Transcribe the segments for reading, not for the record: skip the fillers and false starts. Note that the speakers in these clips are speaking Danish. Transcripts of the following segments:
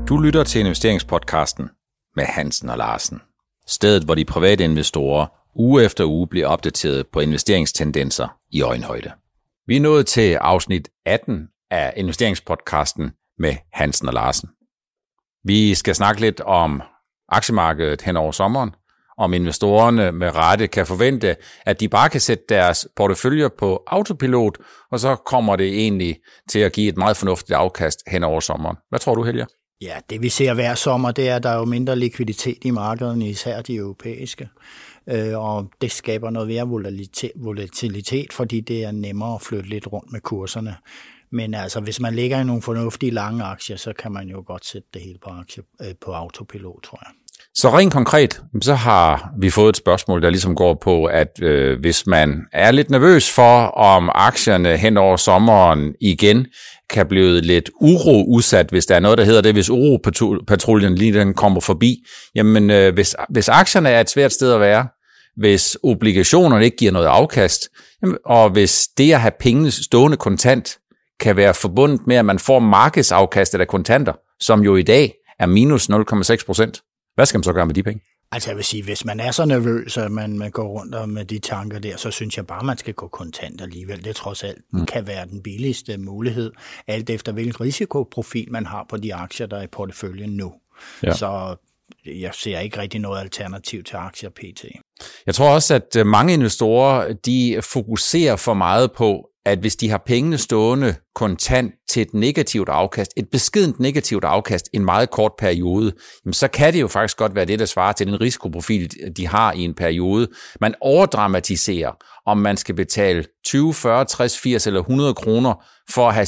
Du lytter til investeringspodcasten med Hansen og Larsen. Stedet, hvor de private investorer uge efter uge bliver opdateret på investeringstendenser i øjenhøjde. Vi er nået til afsnit 18 af investeringspodcasten med Hansen og Larsen. Vi skal snakke lidt om aktiemarkedet hen over sommeren, om investorerne med rette kan forvente, at de bare kan sætte deres porteføljer på autopilot, og så kommer det egentlig til at give et meget fornuftigt afkast hen over sommeren. Hvad tror du, Helge? Ja, det vi ser hver sommer, det er, at der er jo mindre likviditet i markederne, især de europæiske. Og det skaber noget mere volatilitet, fordi det er nemmere at flytte lidt rundt med kurserne. Men altså, hvis man ligger i nogle fornuftige lange aktier, så kan man jo godt sætte det hele på autopilot, tror jeg. Så rent konkret, så har vi fået et spørgsmål, der ligesom går på, at hvis man er lidt nervøs for, om aktierne hen over sommeren igen kan blive lidt udsat, hvis der er noget, der hedder det, hvis uropatruljen lige den kommer forbi. Jamen, hvis aktierne er et svært sted at være, hvis obligationerne ikke giver noget afkast, og hvis det at have pengene stående kontant kan være forbundet med, at man får markedsafkastet af kontanter, som jo i dag er minus 0,6%. Hvad skal man så gøre med de penge? Altså jeg vil sige, hvis man er så nervøs, at man går rundt med de tanker der, så synes jeg bare, man skal gå kontant alligevel. Det trods alt kan være den billigste mulighed, alt efter hvilken risikoprofil man har på de aktier, der er i porteføljen nu. Ja. Så jeg ser ikke rigtig noget alternativ til aktier pt. Jeg tror også, at mange investorer, de fokuserer for meget på, at hvis de har pengene stående kontant til et negativt afkast, et beskedent negativt afkast i en meget kort periode, jamen så kan det jo faktisk godt være det, der svarer til den risikoprofil, de har i en periode. Man overdramatiserer, om man skal betale 20, 40, 60, 80 eller 100 kroner for at have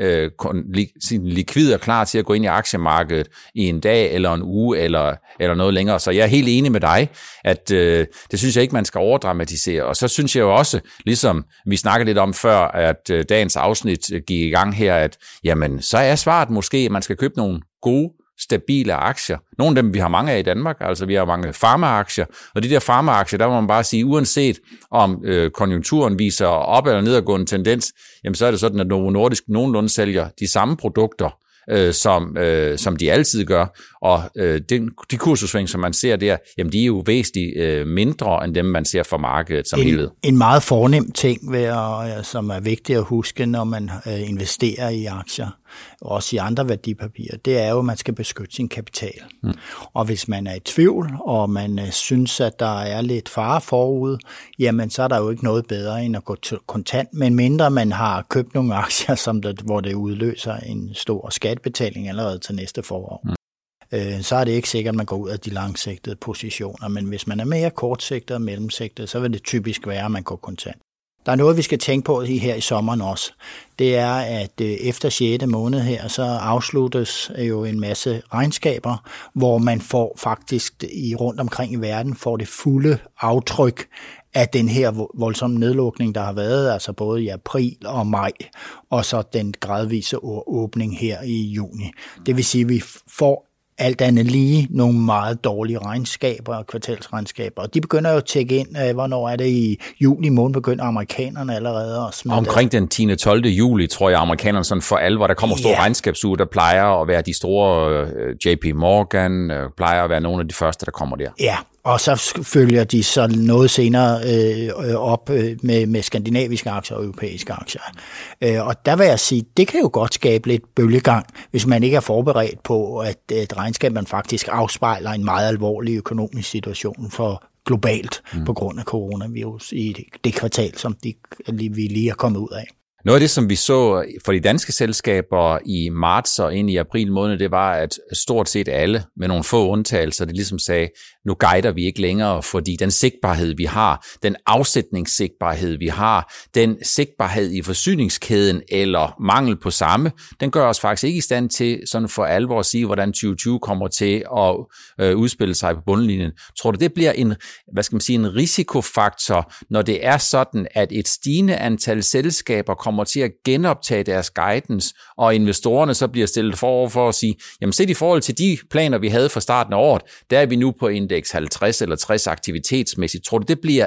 sin likvider klar til at gå ind i aktiemarkedet i en dag eller en uge eller noget længere. Så jeg er helt enig med dig, at det synes jeg ikke, man skal overdramatisere. Og så synes jeg jo også, ligesom vi snakkede lidt om før, at dagens afsnit gik i gang her, at jamen, så er svaret måske, at man skal købe nogle gode, stabile aktier. Nogle af dem, vi har mange af i Danmark, altså vi har mange farmaaktier, og de der farmaaktier, der må man bare sige, uanset om konjunkturen viser op- eller nedadgående tendens, jamen så er det sådan, at Novo Nordisk nogenlunde sælger de samme produkter, som de altid gør, og de kursudsving, som man ser der, jamen de er jo væsentligt mindre end dem, man ser fra markedet som helhed. En meget fornem ting, som er vigtigt at huske, når man investerer i aktier, også i andre værdipapirer, det er jo, at man skal beskytte sin kapital. Og hvis man er i tvivl, og man synes, at der er lidt fare forud, jamen så er der jo ikke noget bedre end at gå til kontant, men mindre man har købt nogle aktier, hvor det udløser en stor skattebetaling allerede til næste forår. Så er det ikke sikkert, at man går ud af de langsigtede positioner, men hvis man er mere kortsigtet og mellemsigtet, så vil det typisk være, at man går kontant. Der er noget, vi skal tænke på her i sommeren også. Det er, at efter 6. måned her, så afsluttes jo en masse regnskaber, hvor man får faktisk rundt omkring i verden får det fulde aftryk af den her voldsomme nedlukning, der har været, altså både i april og maj, og så den gradvise åbning her i juni. Det vil sige, at vi får alt andet lige nogle meget dårlige regnskaber og kvartalsregnskaber. Og de begynder jo at tjekke ind, hvornår er det i juli måned, begynder amerikanerne allerede at smide. Omkring den 10. 12. juli, tror jeg, amerikanerne sådan for alvor, der kommer store regnskabsuger, der plejer at være de store JP Morgan, plejer at være nogle af de første, der kommer der. Ja, og så følger de så noget senere op med skandinaviske aktier og europæiske aktier. Og der vil jeg sige, det kan jo godt skabe lidt bølgegang, hvis man ikke er forberedt på, at et regnskab man faktisk afspejler en meget alvorlig økonomisk situation for globalt på grund af coronavirus i det kvartal, som vi lige er kommet ud af. Noget af det, som vi så for de danske selskaber i marts og ind i april måned, det var, at stort set alle, med nogle få undtagelser, det ligesom sagde, nu guider vi ikke længere, fordi den sigtbarhed, vi har, den afsætningssigtbarhed, vi har, den sigtbarhed i forsyningskæden eller mangel på samme, den gør os faktisk ikke i stand til sådan for alvor at sige, hvordan 2020 kommer til at udspille sig på bundlinjen. Tror du, det bliver en risikofaktor, når det er sådan, at et stigende antal selskaber kommer til at genoptage deres guidance, og investorerne så bliver stillet for at sige, jamen set i forhold til de planer, vi havde fra starten af året, der er vi nu på indeks 50 eller 60 aktivitetsmæssigt. Tror du, det bliver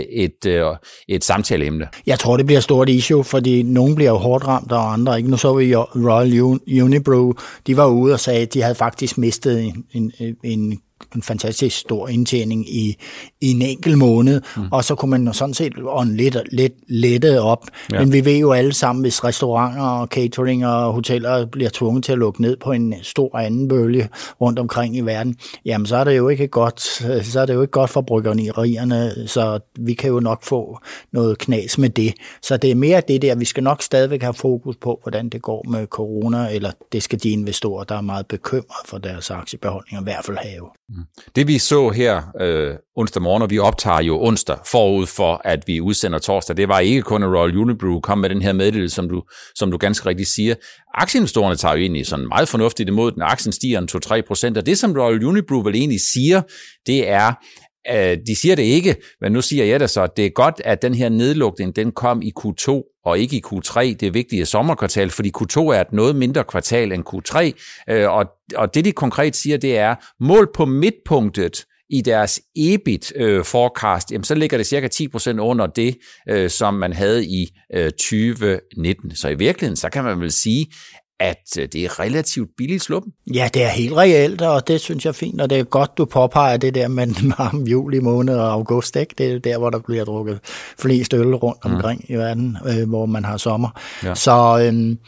et samtaleemne? Jeg tror, det bliver et stort issue, fordi nogen bliver jo hårdt ramt, og andre ikke. Nu så vi Royal Unibrew, de var ude og sagde, at de havde faktisk mistet en fantastisk stor indtjening i en enkelt måned, og så kunne man sådan set lidt lette op. Ja. Men vi ved jo alle sammen, hvis restauranter og catering og hoteller bliver tvunget til at lukke ned på en stor anden bølge rundt omkring i verden, jamen så er det jo ikke godt for bryggerierne, så vi kan jo nok få noget knas med det. Så det er mere det der, vi skal nok stadigvæk have fokus på, hvordan det går med corona, eller det skal de investorer, der er meget bekymret for deres aktiebeholdninger, i hvert fald have. Det vi så her onsdag morgen, og vi optager jo onsdag forud for, at vi udsender torsdag, det var ikke kun, at Royal Unibrew kom med den her meddelelse, som du ganske rigtigt siger. Aktieinvestorerne tager jo egentlig sådan meget fornuftigt imod den. Aktien stiger 2-3%, og det som Royal Unibrew vel egentlig siger, det er, de siger det ikke, men nu siger jeg det så, at det er godt, at den her nedlukning, den kom i Q2 og ikke i Q3, det vigtige sommerkvartal, fordi Q2 er et noget mindre kvartal end Q3, og det de konkret siger, det er, mål på midtpunktet i deres EBIT-forecast, jamen så ligger det cirka 10% under det, som man havde i 2019. Så i virkeligheden, så kan man vel sige, at det er relativt billigt sluppen. Ja, det er helt reelt, og det synes jeg er fint, og det er godt, du påpeger det der med juli måned og august, ikke? Det er der, hvor der bliver drukket flest øl rundt omkring i verden, hvor man har sommer. Ja. Så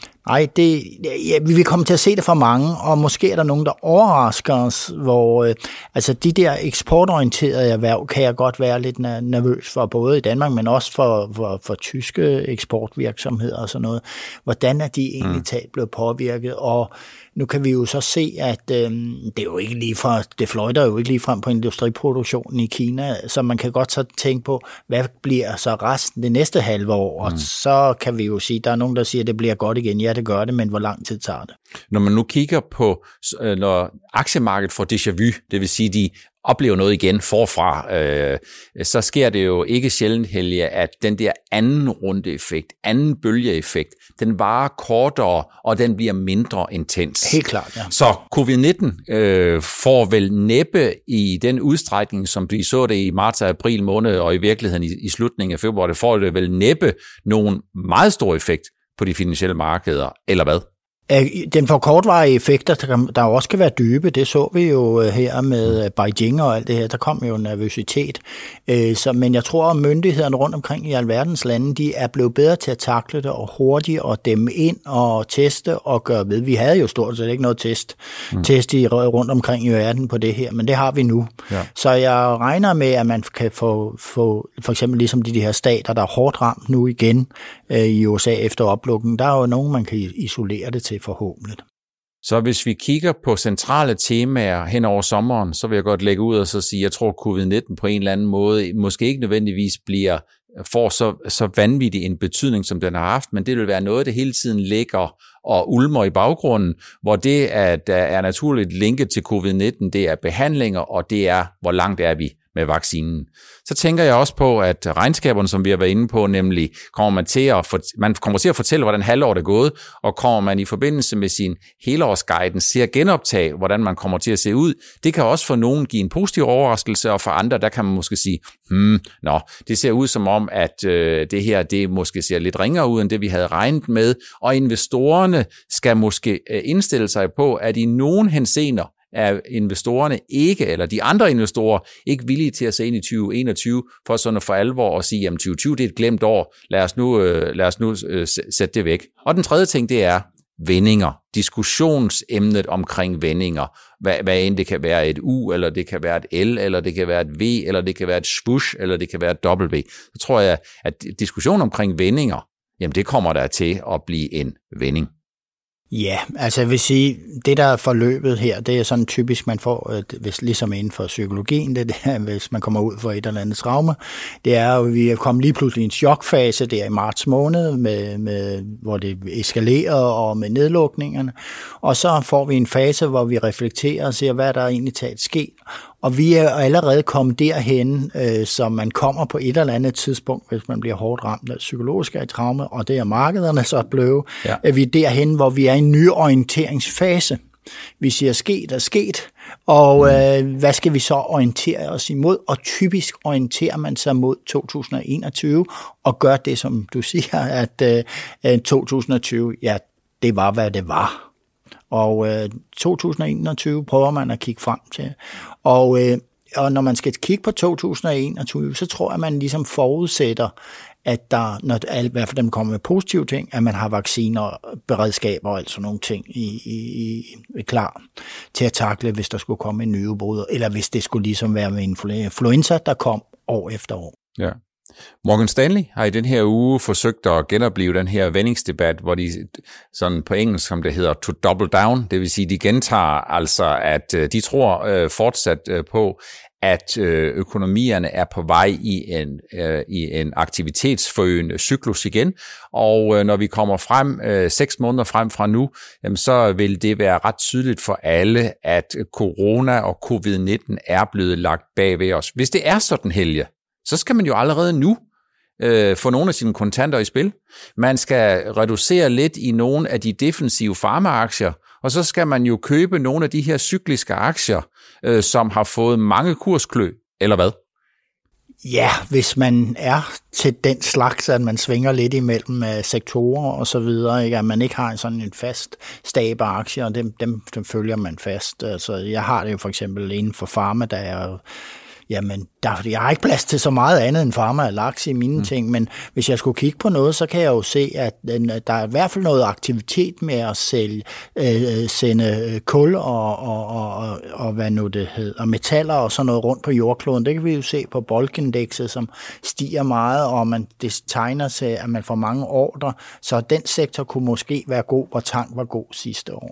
vi vil komme til at se det for mange, og måske er der nogen, der overrasker os, hvor altså de der eksportorienterede erhverv kan jeg godt være lidt nervøs for, både i Danmark, men også for tyske eksportvirksomheder og sådan noget. Hvordan er de egentlig blevet påvirket? Og nu kan vi jo så se, at det fløjter jo ikke lige frem på industriproduktionen i Kina, så man kan godt så tænke på, hvad bliver så resten det næste halve år? Og så kan vi jo sige, der er nogen, der siger, at det bliver godt igen. Ja, det gør det, men hvor lang tid tager det? Når man nu kigger på, når aktiemarkedet får déjà vu, det vil sige, de oplever noget igen forfra, så sker det jo ikke sjældent, Helge, at den der anden rundeeffekt, anden bølgeeffekt, den varer kortere, og den bliver mindre intens. Helt klart, ja. Så covid-19 får vel næppe i den udstrækning, som vi så det i marts og april måned, og i virkeligheden i slutningen af februar, det får det vel næppe nogen meget stor effekt på de finansielle markeder, eller hvad? Den får kortvarige effekter, der også kan være dybe, det så vi jo her med Beijing og alt det her, der kom jo nervøsitet. Men jeg tror, at myndighederne rundt omkring i alverdens lande, de er blevet bedre til at takle det og hurtigt og dæmme ind og teste og gøre ved. Vi havde jo stort set ikke noget test rundt omkring i verden på det her, men det har vi nu. Ja. Så jeg regner med, at man kan få for eksempel ligesom de her stater, der er hårdt ramt nu igen i USA efter oplukningen, der er jo nogen, man kan isolere det til forhåbentlig. Så hvis vi kigger på centrale temaer hen over sommeren, så vil jeg godt lægge ud og så sige, at jeg tror, at covid-19 på en eller anden måde måske ikke nødvendigvis får så vanvittig en betydning, som den har haft, men det vil være noget, der hele tiden ligger og ulmer i baggrunden, hvor det er naturligt linket til covid-19, det er behandlinger, og det er, hvor langt er vi med vaccinen. Så tænker jeg også på, at regnskaberne, som vi har været inde på, nemlig man kommer til at fortælle, hvordan halvåret er gået, og kommer man i forbindelse med sin helårsguidance til at genoptage, hvordan man kommer til at se ud. Det kan også for nogen give en positiv overraskelse, og for andre, der kan man måske sige, det ser ud som om, at det her, det måske ser lidt ringere ud, end det vi havde regnet med, og investorerne skal måske indstille sig på, at i nogen henseender er investorerne ikke, eller de andre investorer, ikke villige til at se ind i 2021, for sådan for alvor at sige, jamen 2020 det er et glemt år, lad os nu sætte det væk. Og den tredje ting, det er vendinger, diskussionsemnet omkring vendinger, hvad end det kan være et U, eller det kan være et L, eller det kan være et V, eller det kan være et swoosh, eller det kan være et W. Så tror jeg, at diskussion omkring vendinger, jamen det kommer der til at blive en vending. Ja, altså jeg vil sige, det der er forløbet her, det er sådan typisk, man får, hvis ligesom inden for psykologien, det der, hvis man kommer ud for et eller andet traume, det er jo, vi er kommet lige pludselig i en chokfase der i marts måned, med, hvor det eskalerer og med nedlukningerne, og så får vi en fase, hvor vi reflekterer og ser, hvad der egentlig talt sker, Og vi er allerede kommet derhen, så man kommer på et eller andet tidspunkt, hvis man bliver hårdt ramt af psykologiske traume, og det er markederne så blevet. Ja. Vi er derhen, hvor vi er i en nyorienteringsfase. Vi siger, sket er sket, og hvad skal vi så orientere os imod? Og typisk orienterer man sig mod 2021, og gør det, som du siger, at 2020, ja, det var, hvad det var. Og 2021 prøver man at kigge frem til. Og når man skal kigge på 2021, så tror jeg, at man ligesom forudsætter, at der, når i hvert fald dem kommer med positive ting, at man har vacciner, beredskaber og alt sådan nogle ting klar til at takle, hvis der skulle komme en ny udbrud, eller hvis det skulle ligesom være med influenza, der kom år efter år. Ja. Morgan Stanley har i den her uge forsøgt at genopleve den her vendingsdebat, hvor de sådan på engelsk, som det hedder, to double down, det vil sige, de gentager altså, at de tror fortsat på, at økonomierne er på vej i en aktivitetsforøgende cyklus igen, og når vi kommer frem 6 måneder frem fra nu, jamen, så vil det være ret tydeligt for alle, at corona og covid-19 er blevet lagt bag ved os. Hvis det er sådan, Helge, så skal man jo allerede nu få nogle af sine kontanter i spil. Man skal reducere lidt i nogle af de defensive farmaaktier, og så skal man jo købe nogle af de her cykliske aktier, som har fået mange kursklø, eller hvad? Ja, hvis man er til den slags, at man svinger lidt imellem sektorer og så videre, ikke? At man ikke har sådan en fast stab af aktier, og dem følger man fast. Altså, jeg har det jo for eksempel inden for pharma, der er jamen, jeg har ikke plads til så meget andet end pharma og laks i mine ting, men hvis jeg skulle kigge på noget, så kan jeg jo se, at der er i hvert fald noget aktivitet med at sende kul og hvad nu det hedder, og metaller og sådan noget rundt på jordkloden. Det kan vi jo se på bulkindekset, som stiger meget, og det tegner sig, at man får mange ordrer, så den sektor kunne måske være god, hvor tank var god sidste år.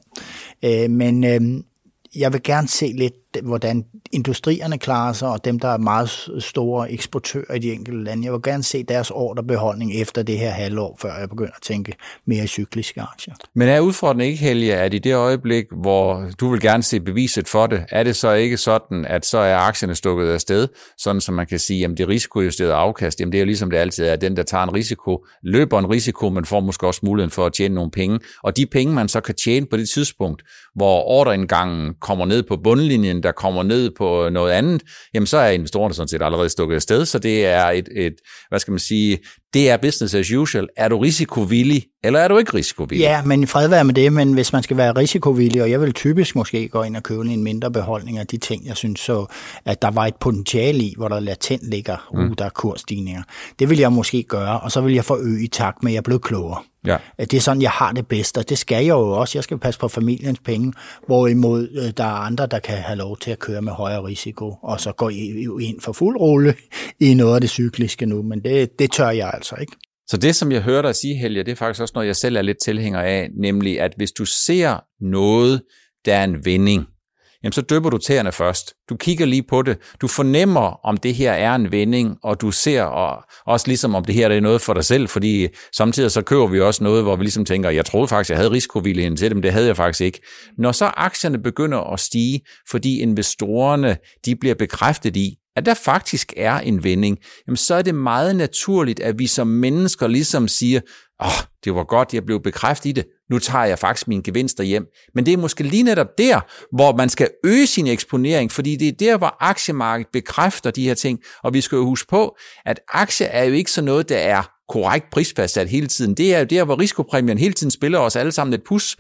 Men jeg vil gerne se lidt, hvordan industrierne klarer sig, og dem, der er meget store eksportører i de enkelte lande. Jeg vil gerne se deres ordrebeholdning efter det her halvår, før jeg begynder at tænke mere cykliske aktier. Men er udfordringen ikke, Helge, at i det øjeblik, hvor du vil gerne se beviset for det, er det så ikke sådan, at så er aktierne stukket af sted, sådan som man kan sige, jamen det risikojusterede afkast, jamen det er jo ligesom det altid er, den der tager en risiko, løber en risiko, men får måske også muligheden for at tjene nogle penge, og de penge, man så kan tjene på det tidspunkt, hvor ordreindgangen kommer ned på bundlinjen, der kommer ned på noget andet, jamen så er investorerne sådan set allerede stukket af sted, så det er et hvad skal man sige, det er business as usual. Er du risikovillig, eller er du ikke risikovillig? Ja, men fred være med det, men hvis man skal være risikovillig, og jeg vil typisk måske gå ind og købe en mindre beholdning af de ting, jeg synes så, at der var et potentiale i, hvor der latent ligger, der er kursstigninger. Det vil jeg måske gøre, og så vil jeg forøge i takt med, at jeg er blevet klogere. Ja. Det er sådan, jeg har det bedst, og det skal jeg jo også. Jeg skal passe på familiens penge, hvorimod der er andre, der kan have lov til at køre med højere risiko, og så gå ind for fuld rulle i noget af det cykliske nu, men det tør jeg altså ikke. Så det, som jeg hører dig sige, Helge, det er faktisk også noget, jeg selv er lidt tilhænger af, nemlig at hvis du ser noget, der er en vending, jamen så dypper du tæerne først. Du kigger lige på det. Du fornemmer, om det her er en vending, og du ser også ligesom, om det her er noget for dig selv, fordi samtidig så køber vi også noget, hvor vi ligesom tænker, jeg troede faktisk, jeg havde risikovilligheden til det, men det havde jeg faktisk ikke. Når så aktierne begynder at stige, fordi investorerne, de bliver bekræftet i, at der faktisk er en vending, jamen så er det meget naturligt, at vi som mennesker ligesom siger, det var godt, jeg blev bekræftet i det, nu tager jeg faktisk mine gevinster hjem. Men det er måske lige netop der, hvor man skal øge sin eksponering, fordi det er der, hvor aktiemarkedet bekræfter de her ting, og vi skal jo huske på, at aktier er jo ikke sådan noget, der er korrekt prisfastsat hele tiden. Det er jo der, hvor risikopræmien hele tiden spiller os alle sammen et pus,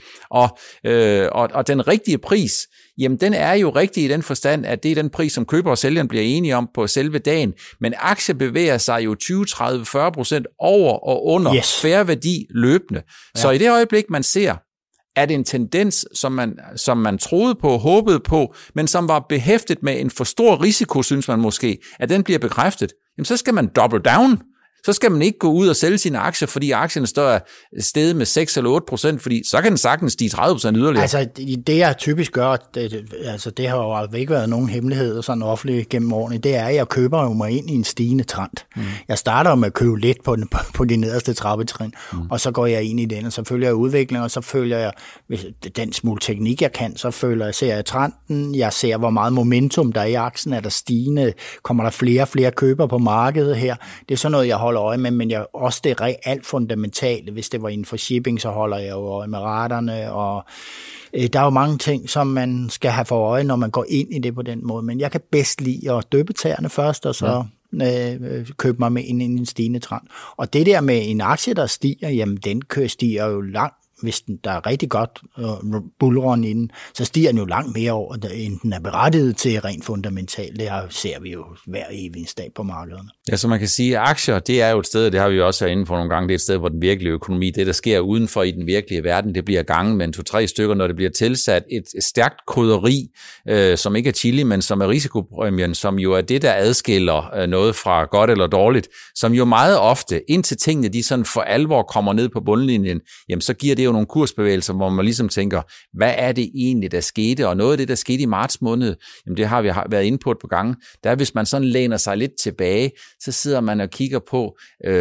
og den rigtige pris, jamen den er jo rigtig i den forstand, at det er den pris, som køber og sælgeren bliver enige om på selve dagen, men aktier bevæger sig jo 20, 30, 40% over og under fair værdi løbende. Ja. Så i det øjeblik, man ser, at en tendens, som man troede på, håbede på, men som var behæftet med en for stor risiko, synes man måske, at den bliver bekræftet, jamen så skal man double down. så skal man ikke gå ud og sælge sine aktier, fordi aktierne står steget med 6 eller 8%, fordi så kan den sagtens stige 30% yderligere. Altså det jeg typisk gør, det har jo ikke været nogen hemmelighed sådan offentligt gennem årene, det er, at jeg køber jo mig ind i en stigende trend. Jeg starter jo med at købe lidt på de nederste trappetrin, og så går jeg ind i den, og så følger jeg udviklingen, og så følger jeg den smule teknik, jeg kan, så ser jeg trenden, jeg ser, hvor meget momentum der er i aktien, er der stigende, kommer der flere køber på markedet her. Det er sådan noget, jeg holder øje med, men jeg også det alt fundamentale. Hvis det var inden for shipping, så holder jeg jo øje med raterne, og der er jo mange ting, som man skal have for øje, når man går ind i det på den måde. Men jeg kan bedst lide at dyppe tæerne først, og så købe mig med ind i en stigende trend. Og det der med en aktie, der stiger, jamen den stiger jo langt. Hvis der er rigtig godt bullrun inden, så stiger den jo langt mere over, end den er berettiget til rent fundamentalt. Det ser vi jo hver evig dag på markederne. Ja, så man kan sige, at aktier, det er jo et sted, det har vi jo også inde for nogle gange, det er et sted, hvor den virkelige økonomi, det der sker udenfor i den virkelige verden, det bliver gangen med 2-3 stykker, når det bliver tilsat et stærkt krydderi, som ikke er chili, men som er risikopræmien, som jo er det, der adskiller noget fra godt eller dårligt, som jo meget ofte, indtil tingene de sådan for alvor kommer ned på bundlinjen, jamen så giver det jo nogle kursbevægelser, hvor man ligesom tænker, hvad er det egentlig, der skete? Og noget af det, der skete i marts måned, jamen det har vi været inde på et par gange, der er, hvis man sådan læner sig lidt tilbage, så sidder man og kigger på,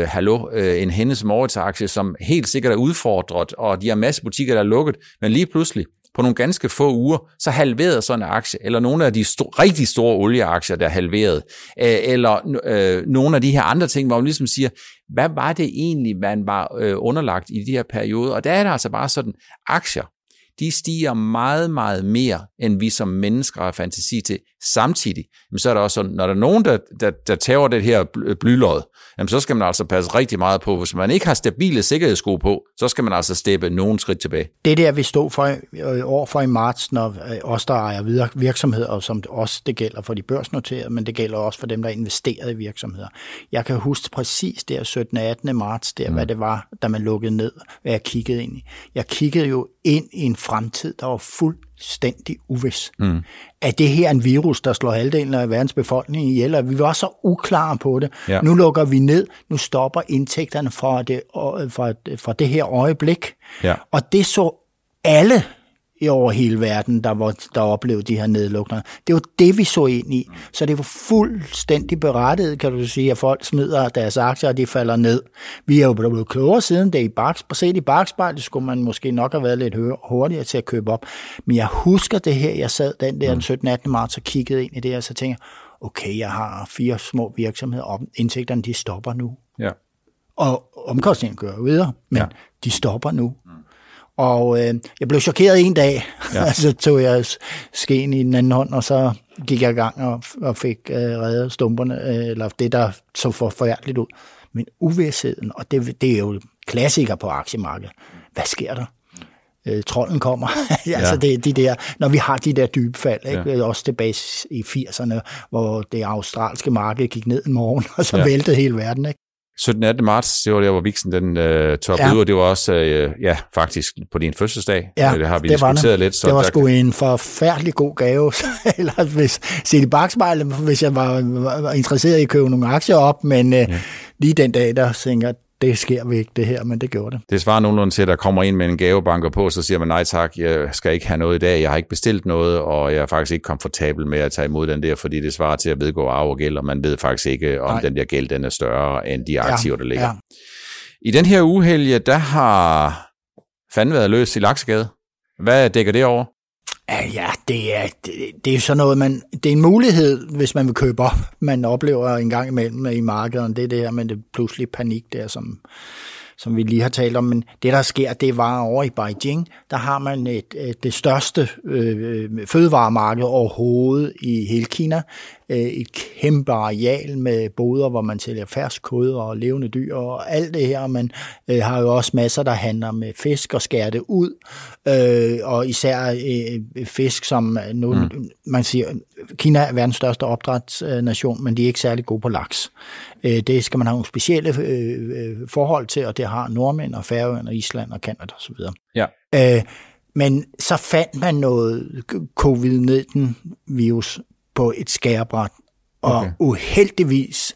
en Hennes & Mauritz-aktie, som helt sikkert er udfordret, og de har masse butikker, der er lukket, men lige pludselig, på nogle ganske få uger, så halverede sådan en aktie, eller nogle af de rigtig store olieaktier, der er halveret, eller nogle af de her andre ting, hvor man ligesom siger, hvad var det egentlig, man var underlagt i de her perioder? Og der er der altså bare sådan, aktier, de stiger meget, meget mere, end vi som mennesker har fantasi til. Samtidig, så er der også sådan, når der er nogen, der tager det her blylod, jamen så skal man altså passe rigtig meget på. Hvis man ikke har stabile sikkerhedssko på, så skal man altså steppe nogle skridt tilbage. Det der, vi stod for overfor i marts, når os, der ejer virksomheder, og som også det gælder for de børsnoterede, men det gælder også for dem, der er investeret i virksomheder. Jeg kan huske præcis der 17. 18. marts, hvad det var, da man lukkede ned, hvad jeg kiggede ind i. Jeg kiggede jo ind i en fremtid, der var fuldstændig uvis. Er det her en virus, der slår halvdelen af verdens befolkning ihjel? Vi var så uklare på det. Ja. Nu lukker vi ned. Nu stopper indtægterne fra det her øjeblik. Ja. Og det så alle over hele verden, der oplevede de her nedlukninger. Det var det, vi så ind i. Så det var fuldstændig berettiget, kan du sige, at folk smider deres aktier, og de falder ned. Vi er jo blevet klogere siden det set i bakspejlet, skulle man måske nok have været lidt hurtigere til at købe op. Men jeg husker det her, jeg sad den 17. 18. marts og kiggede ind i det, og så tænkte okay, jeg har 4 små virksomheder, og indtægterne, de stopper nu. Ja. Og omkostningen kører videre, men de stopper nu. Og jeg blev chokeret en dag, så tog jeg skeen i den anden hånd, og så gik jeg i gang og fik reddet stumperne, eller det, der så forfærdeligt ud. Men uvidsheden, og det er jo klassiker på aktiemarkedet. hvad sker der? Trolden kommer. Altså det er de der, når vi har de der dybe fald, ikke? Også tilbage i 80'erne, hvor det australske marked gik ned en morgen, og så væltede hele verden, ikke? 17. 18. marts, det var der, hvor Vixen den toppede ud, og det var også faktisk på din fødselsdag. Det har vi diskuteret lidt. Så det var sgu en forfærdelig god gave. Eller hvis set i bakspejlet, hvis jeg var interesseret i at købe nogle aktier op, men lige den dag, der tænker jeg, det sker ikke det her, men det gjorde det. Det svarer nogenlunde til, at der kommer ind med en gavebanker på, så siger man, nej tak, jeg skal ikke have noget i dag, jeg har ikke bestilt noget, og jeg er faktisk ikke komfortabel med at tage imod den der, fordi det svarer til at vedgå arv og gæld, og man ved faktisk ikke, om den der gæld den er større end de aktiver, der ligger. Ja. I den her uge, Helge, der har fandme været løs i Laksegade. Hvad dækker det over? Ja, det er sådan noget, det er en mulighed, hvis man vil købe op. Man oplever en gang imellem i markedet, det der med det pludselig panik der, som vi lige har talt om. Men det, der sker, det var over i Beijing. Der har man det største fødevaremarked overhovedet i hele Kina. Et kæmpe areal med boder, hvor man sælger fersk kød og levende dyr og alt det her. Man har jo også masser, der handler med fisk og skærer det ud. Og især fisk, som man siger, Kina er verdens største opdrætsnation, men de er ikke særlig gode på laks. Det skal man have nogle specielle forhold til, og det har nordmænd og Færøerne og Island og Canada osv. Ja. Men så fandt man noget covid-19-virus på et skærebræt, og uheldigvis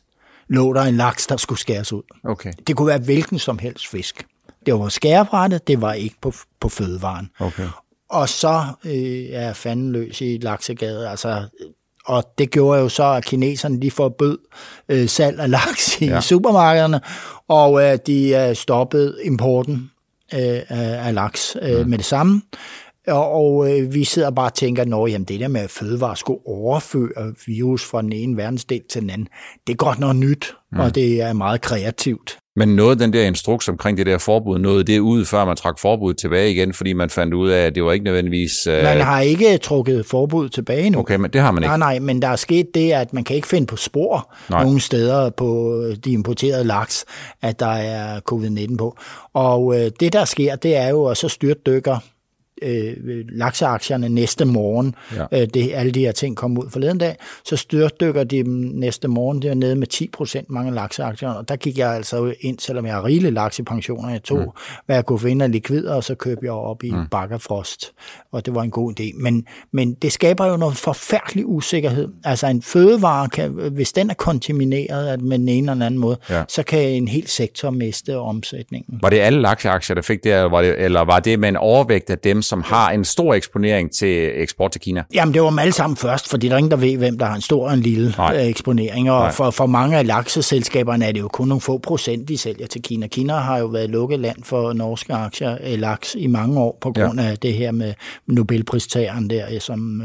lå der en laks, der skulle skæres ud. Okay. Det kunne være hvilken som helst fisk. Det var skærebrættet, det var ikke på fødevaren. Okay. Og så er fanden løs i laksegade, altså. Og det gjorde jo så, at kineserne de forbød salg af laks i supermarkederne, og de stoppede importen af laks med det samme. Og vi sidder bare og tænker, jamen det der med at fødevare skulle overføre virus fra den ene verdensdel til den anden, det er godt noget nyt, og det er meget kreativt. Men noget den der instruks omkring det der forbud, noget det ud, før man trak forbuddet tilbage igen, fordi man fandt ud af, at det var ikke nødvendigvis... Man har ikke trukket forbuddet tilbage nu. Okay, men det har man ikke. Nej, men der er sket det, at man kan ikke finde på spor nogle steder på de importerede laks, at der er covid-19 på. Og det der sker, det er jo, at så styrtdykker lakseaktierne næste morgen. Alle de her ting kom ud forleden dag, så styrtdykker de næste morgen, det er nede med 10% mange lakseaktier, og der gik jeg altså ind, selvom jeg har rigeligt laks i pensioner, jeg tog, hvad jeg kunne finde af likvider, og så købte jeg op i Bakkafrost, og det var en god idé. Men det skaber jo noget forfærdelig usikkerhed. Altså en fødevare, hvis den er kontamineret med den ene eller anden måde, så kan en hel sektor miste omsætningen. Var det alle lakseaktier, der fik det, eller var det med en overvægt af dem, som har en stor eksponering til eksport til Kina? Jamen, det var dem alle sammen først, fordi der er ingen, der ved, hvem der har en stor og en lille eksponering. Og for mange af lakseselskaberne er det jo kun nogle få procent, de sælger til Kina. Kina har jo været lukket land for norske aktier, laks, i mange år, på grund af det her med Nobelpristageren der, som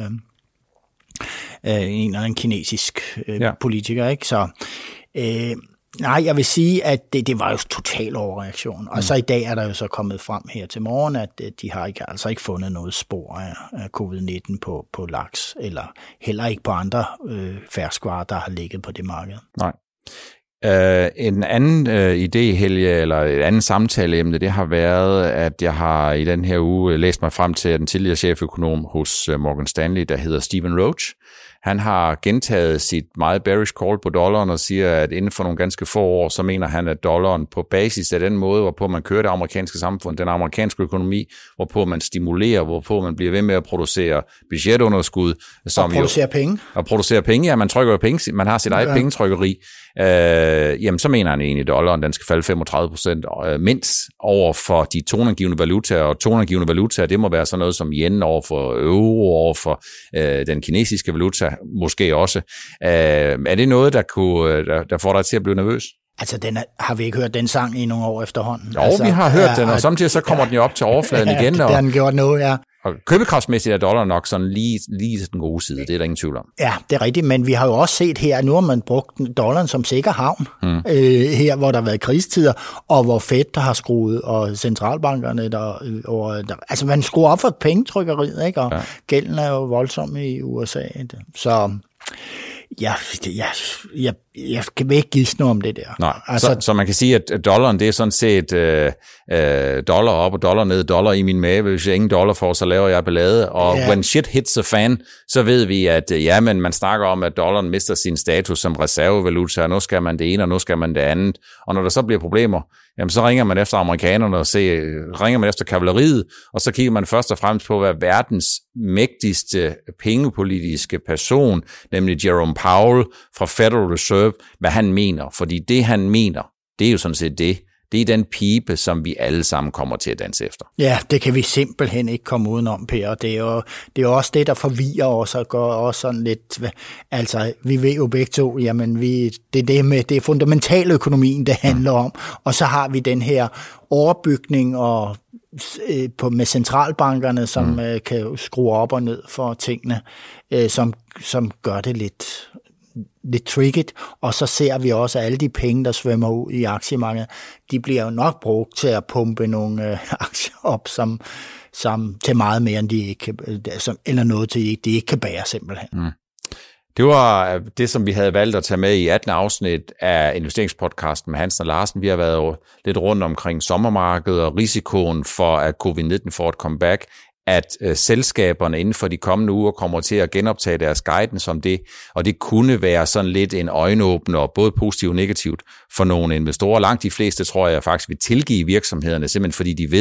en eller anden kinesisk politiker, ikke? Så... Nej, jeg vil sige, at det var jo total overreaktion. Og så i dag er der jo så kommet frem her til morgen, at de har altså ikke fundet noget spor af covid-19 på laks, eller heller ikke på andre ferskvarer, der har ligget på det marked. Nej. En anden idé, Helge, eller et andet samtaleemne, det har været, at jeg har i den her uge læst mig frem til den tidligere cheføkonom hos Morgan Stanley, der hedder Stephen Roach. Han har gentaget sit meget bearish call på dollaren og siger, at inden for nogle ganske få år, så mener han, at dollaren på basis af den måde, hvorpå man kører det amerikanske samfund, den amerikanske økonomi, hvorpå man stimulerer, hvorpå man bliver ved med at producere budgetunderskud. Og producere penge. Og producere penge, ja, man trykker jo penge, man har sit eget pengetrykkeri. Jamen, så mener han egentlig, at dollaren den skal falde 35% mindst over for de toneangivende valutaer, og toneangivende valutaer, det må være sådan noget som yen over for euro, over for den kinesiske valuta, måske også. Er det noget, der får dig til at blive nervøs? Altså, har vi ikke hørt den sang i nogle år efterhånden? Jo, altså, vi har hørt den, og samtidig så kommer den jo op til overfladen igen. Og den gjort noget, ja. Og købekraftsmæssigt er dollar nok sådan lige den gode side, det er der ingen tvivl om. Ja, det er rigtigt, men vi har jo også set her, at nu har man brugt dollaren som sikker havn, her hvor der har været krigstider, og hvor Fed der har skruet, og centralbankerne, altså man skruer op for pengetrykkeriet, ikke? Og gælden er jo voldsom i USA. Så... Jeg kan ikke gisne om det der. Nej, altså, så man kan sige, at dollaren, det er sådan set dollar op og dollar ned, dollar i min mave. Hvis jeg ingen dollar får, så laver jeg ballade. Og when shit hits the fan, så ved vi, at men man snakker om, at dollaren mister sin status som reservevaluta, og nu skal man det ene, og nu skal man det andet. Og når der så bliver problemer, jamen så ringer man efter amerikanerne og ringer man efter kavaleriet, og så kigger man først og fremmest på, hvad verdens mægtigste pengepolitiske person, nemlig Jerome Powell fra Federal Reserve, hvad han mener. Fordi det, han mener, det er jo sådan set det. Det er den pibe, som vi alle sammen kommer til at danse efter. Ja, det kan vi simpelthen ikke komme udenom, Per. Og det er jo også det, der forvirrer os og gør også sådan lidt... Altså, vi ved jo begge to, jamen, det er fundamentaløkonomien, det handler om. Og så har vi den her overbygning og med centralbankerne, som kan skrue op og ned for tingene, som gør det lidt tricket, og så ser vi også, at alle de penge, der svømmer ud i aktiemarkedet, de bliver jo nok brugt til at pumpe nogle aktier op, som til meget mere, end de ikke eller noget til de ikke kan bære simpelthen. Det var det, som vi havde valgt at tage med i 18. afsnit af investeringspodcasten med Hansen og Larsen. Vi har været lidt rundt omkring sommermarkedet og risikoen for, at covid-19 får et comeback, at selskaberne inden for de kommende uger kommer til at genoptage deres guidance om det, og det kunne være sådan lidt en øjenåbner, både positivt og negativt for nogle investorer. Langt de fleste, tror jeg faktisk, vil tilgive virksomhederne, simpelthen fordi de ved,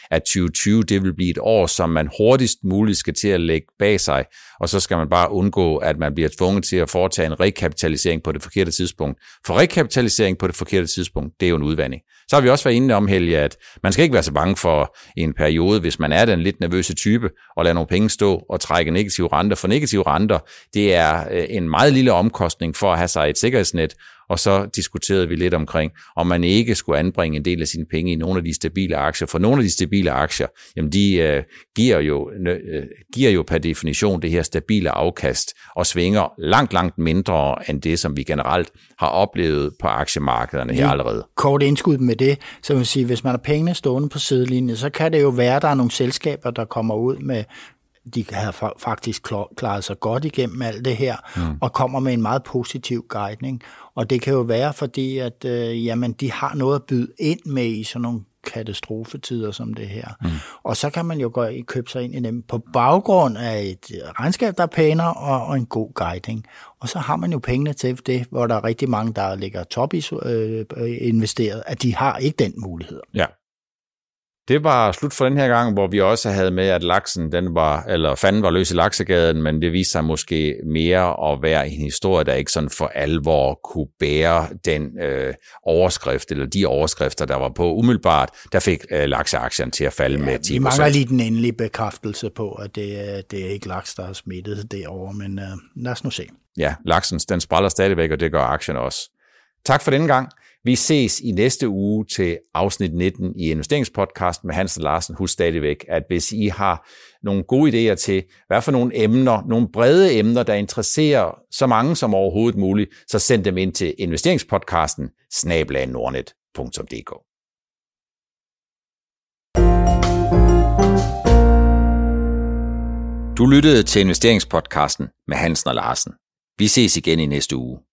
at 2020 det vil blive et år, som man hurtigst muligt skal til at lægge bag sig, og så skal man bare undgå, at man bliver tvunget til at foretage en rekapitalisering på det forkerte tidspunkt. For rekapitalisering på det forkerte tidspunkt, det er jo en udvanding. Så har vi også været inde om, Helge, at man skal ikke være så bange for en periode, hvis man er den lidt nervøse type, og lade nogle penge stå og trække negative renter. For negative renter, det er en meget lille omkostning for at have sig et sikkerhedsnet, og så diskuterede vi lidt omkring, om man ikke skulle anbringe en del af sine penge i nogle af de stabile aktier. For nogle af de stabile aktier, jamen de giver jo per definition det her stabile afkast, og svinger langt mindre end det, som vi generelt har oplevet på aktiemarkederne her allerede. Kort indskud med det, så vil sige, hvis man har pengene stående på sidelinjen, så kan det jo være, at der er nogle selskaber, der kommer ud med, de har faktisk klaret sig godt igennem alt det her, og kommer med en meget positiv guidning. Og det kan jo være, fordi at jamen, de har noget at byde ind med i sådan nogle katastrofetider som det her. Og så kan man jo købe sig ind i dem på baggrund af et regnskab, der er pænere, og en god guiding. Og så har man jo pengene til det, hvor der er rigtig mange, der ligger top investeret, at de har ikke den mulighed. Ja. Det var slut for den her gang, hvor vi også havde med, at laksen, fanden var løs i laksegaden, men det viste sig måske mere at være en historie, der ikke sådan for alvor kunne bære den overskrift, eller de overskrifter, der var på umiddelbart, der fik lakseaktierne til at falde med 10%. Vi mangler lige den endelige bekræftelse på, at det er ikke laks, der har smittet derovre, men lad os nu se. Ja, laksen, den spræller stadigvæk, og det gør aktierne også. Tak for denne gang. Vi ses i næste uge til afsnit 19 i investeringspodcasten med Hansen og Larsen. Husk stadigvæk, at hvis I har nogle gode idéer til, hvad for nogle emner, nogle brede emner, der interesserer så mange som overhovedet muligt, så send dem ind til investeringspodcasten @nordnet.dk. Du lyttede til investeringspodcasten med Hansen og Larsen. Vi ses igen i næste uge.